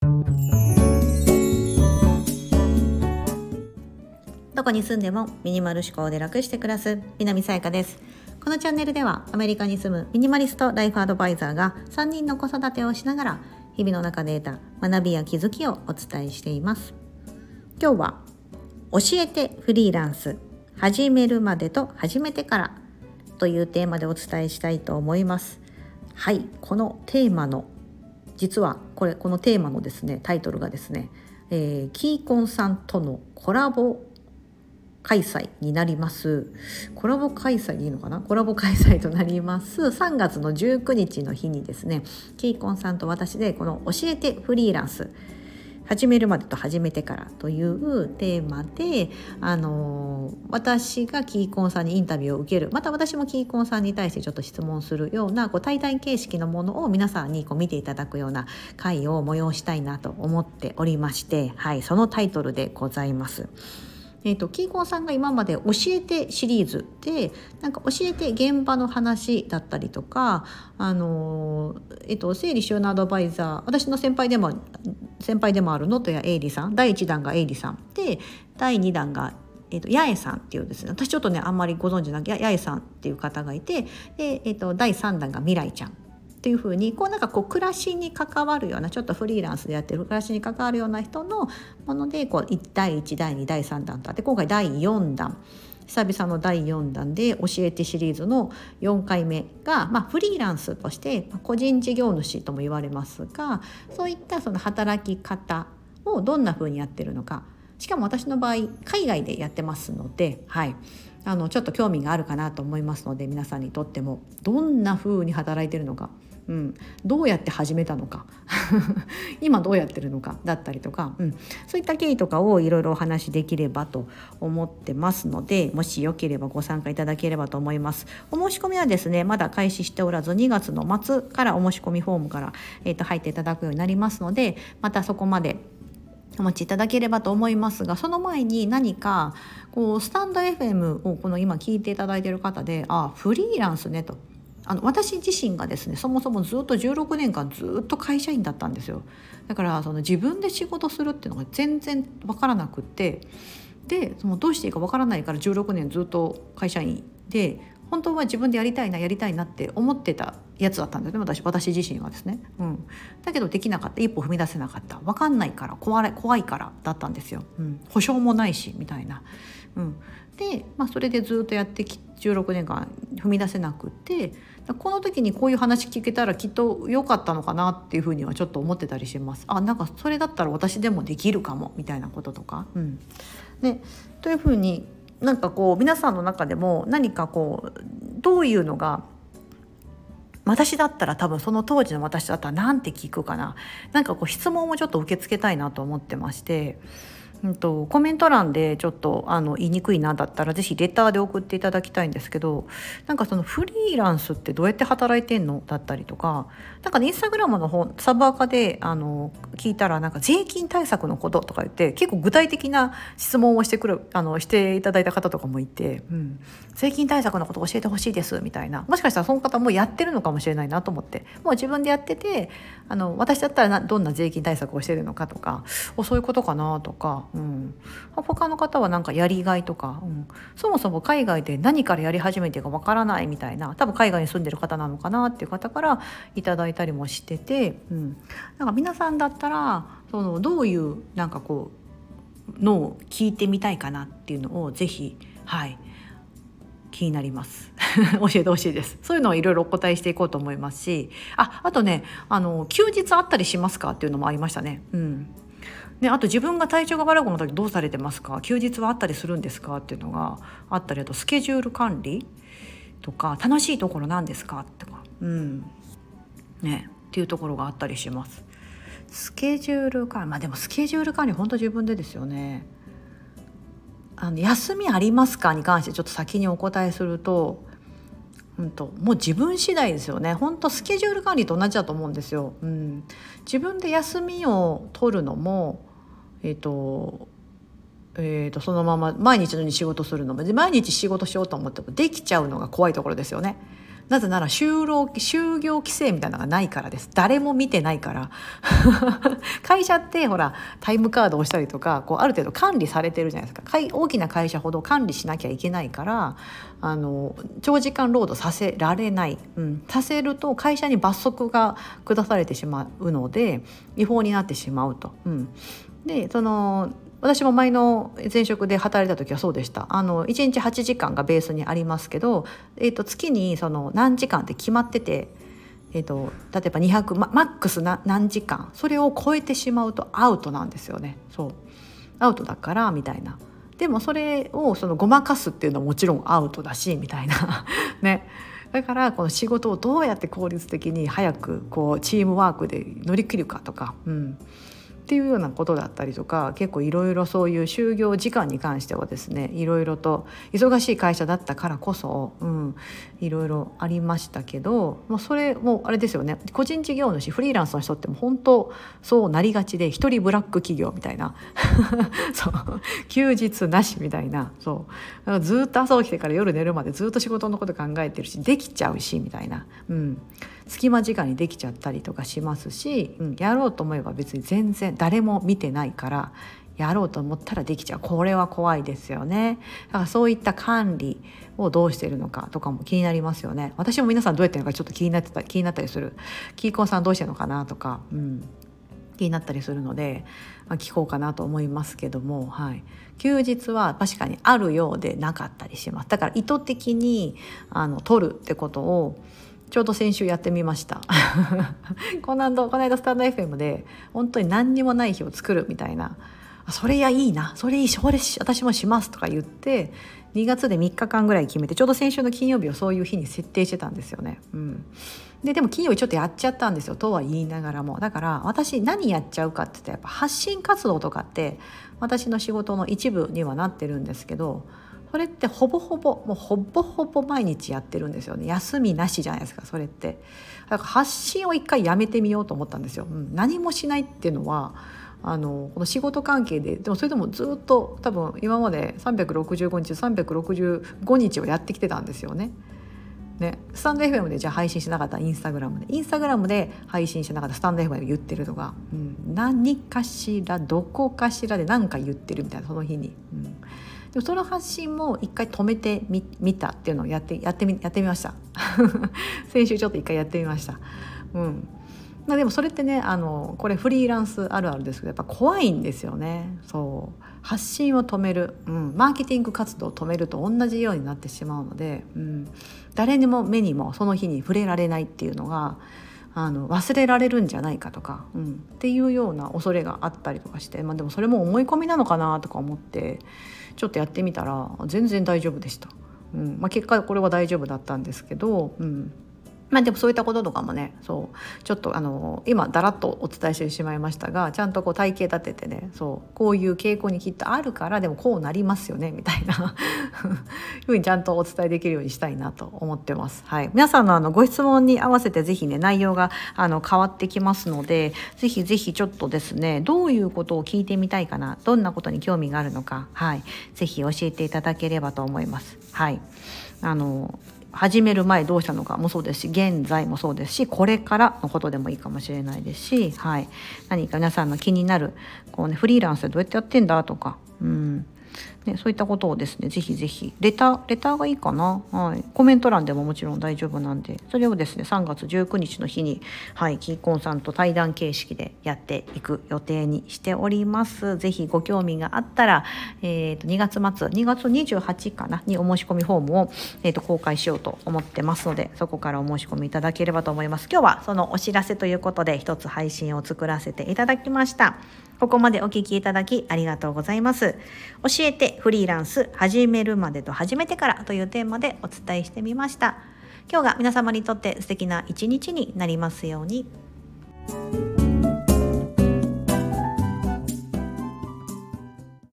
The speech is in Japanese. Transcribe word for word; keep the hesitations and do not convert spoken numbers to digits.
どこに住んでもミニマル思考で楽して暮らす南さやかです。このチャンネルではアメリカに住むミニマリストライフアドバイザーがさんにんの子育てをしながら日々の中で得た学びや気づきをお伝えしています。今日は教えてフリーランス始めるまでと始めてからというテーマでお伝えしたいと思います。はい、このテーマの実はこれこのテーマのですねタイトルがですね、えー、キーコンさんとのコラボ開催になります。コラボ開催でいいのかなコラボ開催となりますさんがつのじゅうくにちの日にですね、キーコンさんと私でこの教えてフリーランス始めるまでと始めてからというテーマで、あのー、私がキーコンさんにインタビューを受ける、また私もキーコンさんに対してちょっと質問するようなこう対談形式のものを皆さんにこう見ていただくような会を催したいなと思っておりまして、はい、そのタイトルでございます。えーと、キーコンさんが今まで教えてシリーズでなんか教えて現場の話だったりとか、あのーえーと、整理収納アドバイザー、私の先輩でも先輩でもある能登谷エイリさん、だいいちだんがエイリさんでだいにだんがえーと、八重さんっていうですね、私ちょっとねあんまりご存知なきゃ八重さんっていう方がいて、で、えーと、だいさんだんが未来ちゃんっていう風にこうなんかこう暮らしに関わるようなちょっとフリーランスでやってる暮らしに関わるような人のものでこうだいいちだいにだいさんだんとあって、今回だいよんだん久々のだいよんだんで教えてシリーズのよんかいめが、まあ、フリーランスとして個人事業主とも言われますが、そういったその働き方をどんな風にやってるのか、しかも私の場合海外でやってますので、はい、あのちょっと興味があるかなと思いますので、皆さんにとってもどんな風に働いてるのか、うん、どうやって始めたのか今どうやってるのかだったりとか、うん、そういった経緯とかをいろいろお話しできればと思ってますので、もしよければご参加いただければと思います。お申し込みはですねまだ開始しておらず、にがつの末からお申し込みフォームから、えーと、入っていただくようになりますので、またそこまでお待ちいただければと思いますが、その前に何かこうスタンド エフエム をこの今聞いていただいている方で、あフリーランスねと、あの私自身がですねそもそもずっとじゅうろくねんかんずっと会社員だったんですよ。だからその自分で仕事するっていうのが全然わからなくって、でそのどうしていいかわからないからじゅうろくねんずっと会社員で、本当は自分でやりたいなやりたいなって思ってたやつだったんですね、私私自身はですね、うん、だけどできなかった、一歩踏み出せなかった、分かんないから怖い、怖いからだったんですよ、うん、保証もないしみたいな、うん、で、まあ、それでずっとやってきじゅうろくねんかん踏み出せなくて、この時にこういう話聞けたらきっと良かったのかなっていうふうにはちょっと思ってたりします。あ、なんかそれだったら私でもできるかもみたいなこととか、うん、でというふうになんかこう皆さんの中でも何かこうどういうのが、私だったら多分その当時の私だったらなんて聞くかな、なんかこう質問をちょっと受け付けたいなと思ってまして、うんと、コメント欄でちょっとあの言いにくいなだったらぜひレターで送っていただきたいんですけど、なんかそのフリーランスってどうやって働いてんのだったりとか、なんかねインスタグラムの方サブアカであの聞いたら、なんか税金対策のこととか言って結構具体的な質問をしてくるあのしていただいた方とかもいて、うん、税金対策のこと教えてほしいですみたいな、もしかしたらその方もやってるのかもしれないなと思って、もう自分でやってて、あの私だったらなどんな税金対策をしてるのかとか、おそういうことかなとか、うん、他の方はなんかやりがいとか、うん、そもそも海外で何からやり始めてかわからないみたいな、多分海外に住んでる方なのかなっていう方からいただいたりもしてて、うん、なんか皆さんだったらそのどういうなんかこうのを聞いてみたいかなっていうのをぜひ、はい気になります教えてほしいです。そういうのをいろいろお答えしていこうと思いますし、ああとねあの休日あったりしますかっていうのもありましたね。うんね、あと自分が体調が悪くなった時どうされてますか、休日はあったりするんですかっていうのがあったり、あとスケジュール管理とか楽しいところなんですかとか、うんね、っていうところがあったりします。スケジュール管理、まあでもスケジュール管理本当自分でですよね。あの休みありますかに関してちょっと先にお答えすると、うんと、もう自分次第ですよね。本当スケジュール管理と同じだと思うんですよ、うん、自分で休みを取るのもえーとえー、とそのまま毎日のように仕事するのも、毎日仕事しようと思ってもできちゃうのが怖いところですよね。 なぜなら就労就業規制みたいなのがないからです。誰も見てないから会社ってほらタイムカードを押したりとかこうある程度管理されてるじゃないですか。大きな会社ほど管理しなきゃいけないからあの長時間労働させられない、うん、させると会社に罰則が下されてしまうので違法になってしまうと、うん、でその私も前の前職で働いた時はそうでした。あのいちにちはちじかんがベースにありますけど、えー、と月にその何時間って決まってて、えー、と例えばにひゃくママックスな何時間それを超えてしまうとアウトなんですよね。そうアウトだからみたいな。でもそれをそのごまかすっていうのはもちろんアウトだしみたいなね。だからこの仕事をどうやって効率的に早くこうチームワークで乗り切るかとか、うんっていうようなことだったりとか、結構いろいろそういう就業時間に関してはですね、いろいろと忙しい会社だったからこそ、うん、いろいろありましたけど、もうそれもあれですよね、個人事業主フリーランスの人っても本当そうなりがちで、一人ブラック企業みたいなそう休日なしみたいな、そうだからずっと朝起きてから夜寝るまでずっと仕事のこと考えてるし、できちゃうしみたいな、うん、隙間時間にできちゃったりとかしますし、うん、やろうと思えば別に全然誰も見てないからやろうと思ったらできちゃう。これは怖いですよね。だからそういった管理をどうしているのかとかも気になりますよね。私も皆さんどうやってるのかちょっと気になってた気になったりする。キーコンさんどうしてるのかなとか、うん、気になったりするので、まあ、聞こうかなと思いますけども、はい、休日は確かにあるようでなかったりします。だから意図的にあの取るってことをちょうど先週やってみましたこの間、この間スタンド エフエム で本当に何にもない日を作るみたいな、それやいいな、それいい、それ私もしますとか言ってにがつでみっかかんぐらい決めて、ちょうど先週の金曜日をそういう日に設定してたんですよね、うん、で, でも金曜日ちょっとやっちゃったんですよとは言いながらも。だから私何やっちゃうかって言ったら、やっぱ発信活動とかって私の仕事の一部にはなってるんですけど、それってほぼほぼもうほぼほぼ毎日やってるんですよね。休みなしじゃないですか、それって。だから発信を一回やめてみようと思ったんですよ、うん、何もしないっていうのはあのこの仕事関係で、でもそれでもずっと多分今までさんびゃくろくじゅうごにちさんびゃくろくじゅうごにちをやってきてたんですよね。ね、スタンド エフエム でじゃあ配信しなかったらインスタグラムでインスタグラムで配信しなかったらスタンド エフエム で言ってるとか、うん、何かしらどこかしらで何か言ってるみたいな、その日に、うん、でもその発信も一回止めてみ見たっていうのをやってやってみやってみました先週ちょっと一回やってみました、うん、まあ、でもそれってね、あのこれフリーランスあるあるですけど、やっぱ怖いんですよね。そう発信を止める、うん、マーケティング活動を止めると同じようになってしまうので、うん、誰にも目にもその日に触れられないっていうのがあの忘れられるんじゃないかとか、うん、っていうような恐れがあったりとかして、まあ、でもそれも思い込みなのかなとか思ってちょっとやってみたら全然大丈夫でした、うんまあ、結果これは大丈夫だったんですけど、うんまあ、でもそういったこととかもね、そうちょっとあの今だらっとお伝えしてしまいましたが、ちゃんとこう体系立ててね、そうこういう傾向にきっとあるからでもこうなりますよねみたいなふうにちゃんとお伝えできるようにしたいなと思ってます、はい、皆さんのあのご質問に合わせてぜひね内容があの変わってきますので、ぜひぜひちょっとですね、どういうことを聞いてみたいかな、どんなことに興味があるのか、はい、ぜひ教えていただければと思います。はい、あの始める前どうしたのかもそうですし、現在もそうですし、これからのことでもいいかもしれないですし、はい、何か皆さんの気になるこう、ね、フリーランスでどうやってやってんだとか、うんね、そういったことをですね、ぜひぜひレターレターがいいかな、はい、コメント欄でももちろん大丈夫なんで、それをですねさんがつじゅうくにちの日に、はい、キーコンさんと対談形式でやっていく予定にしております。ぜひご興味があったら、えー、とにがつまつにがつにじゅうはちにちかなにお申し込みフォームを、えー、と公開しようと思ってますので、そこからお申し込みいただければと思います。今日はそのお知らせということで一つ配信を作らせていただきました。ここまでお聞きいただきありがとうございます。教えてフリーランス始めるまでと始めてからというテーマでお伝えしてみました。今日が皆様にとって素敵な一日になりますように。